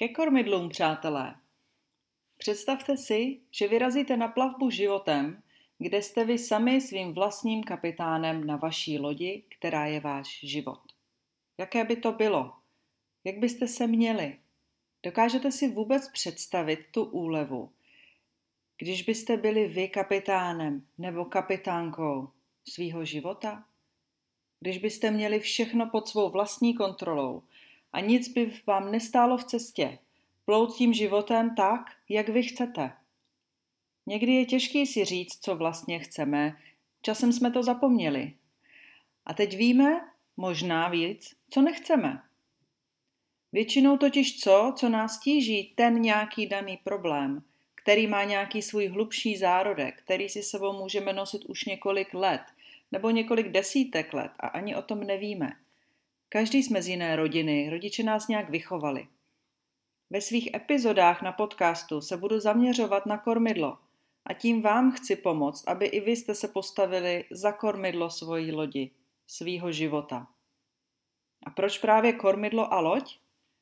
Ke kormidlům, přátelé. Představte si, že vyrazíte na plavbu životem, kde jste vy sami svým vlastním kapitánem na vaší lodi, která je váš život. Jaké by to bylo? Jak byste se měli? Dokážete si vůbec představit tu úlevu, když byste byli vy kapitánem nebo kapitánkou svýho života? Když byste měli všechno pod svou vlastní kontrolou a nic by vám nestálo v cestě, plout tím životem tak, jak vy chcete. Někdy je těžké si říct, co vlastně chceme, časem jsme to zapomněli. A teď víme, možná víc, co nechceme. Většinou totiž co nás tíží, ten nějaký daný problém, který má nějaký svůj hlubší zárodek, který si sebou můžeme nosit už několik let, nebo několik desítek let a ani o tom nevíme. Každý jsme z jiné rodiny, rodiče nás nějak vychovali. Ve svých epizodách na podcastu se budu zaměřovat na kormidlo a tím vám chci pomoct, aby i vy jste se postavili za kormidlo svojí lodi, svýho života. A proč právě kormidlo a loď?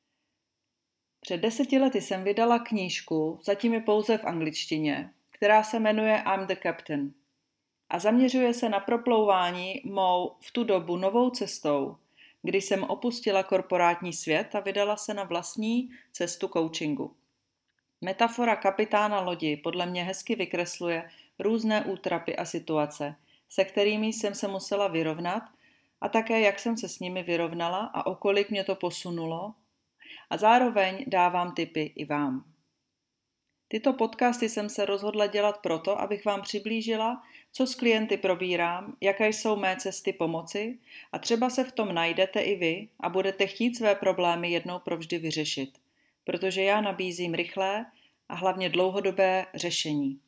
Před 10 lety jsem vydala knížku, zatím je pouze v angličtině, která se jmenuje I'm the Captain a zaměřuje se na proplouvání mou v tu dobu novou cestou, kdy jsem opustila korporátní svět a vydala se na vlastní cestu coachingu. Metafora kapitána lodi podle mě hezky vykresluje různé útrapy a situace, se kterými jsem se musela vyrovnat a také jak jsem se s nimi vyrovnala a o kolik mě to posunulo a zároveň dávám tipy i vám. Tyto podcasty jsem se rozhodla dělat proto, abych vám přiblížila, co s klienty probírám, jaké jsou mé cesty pomoci a třeba se v tom najdete i vy a budete chtít své problémy jednou provždy vyřešit, protože já nabízím rychlé a hlavně dlouhodobé řešení.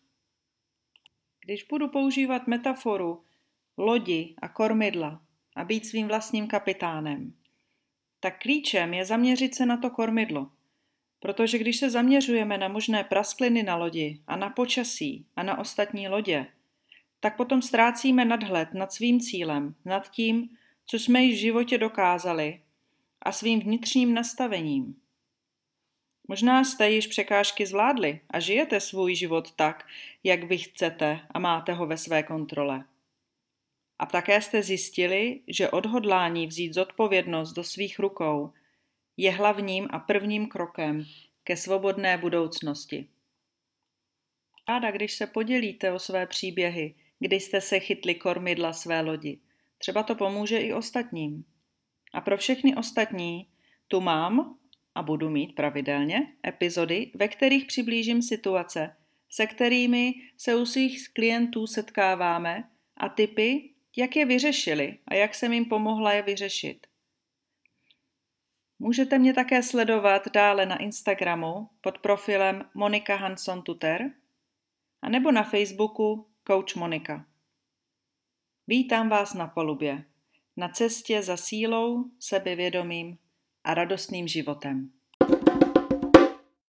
Když budu používat metaforu lodi a kormidla a být svým vlastním kapitánem, tak klíčem je zaměřit se na to kormidlo. Protože když se zaměřujeme na možné praskliny na lodi a na počasí a na ostatní lodě, tak potom ztrácíme nadhled nad svým cílem, nad tím, co jsme již v životě dokázali a svým vnitřním nastavením. Možná jste již překážky zvládli a žijete svůj život tak, jak vy chcete a máte ho ve své kontrole. A také jste zjistili, že odhodlání vzít zodpovědnost do svých rukou je hlavním a prvním krokem ke svobodné budoucnosti. Ráda, když se podělíte o své příběhy, kdy jste se chytli kormidla své lodi. Třeba to pomůže i ostatním. A pro všechny ostatní tu mám a budu mít pravidelně epizody, ve kterých přiblížím situace, se kterými se u svých klientů setkáváme a tipy, jak je vyřešili a jak jsem jim pomohla je vyřešit. Můžete mě také sledovat dále na Instagramu pod profilem Monika Hansson Tuter a nebo na Facebooku Coach Monika. Vítám vás na palubě, na cestě za sílou, sebevědomím a radostným životem.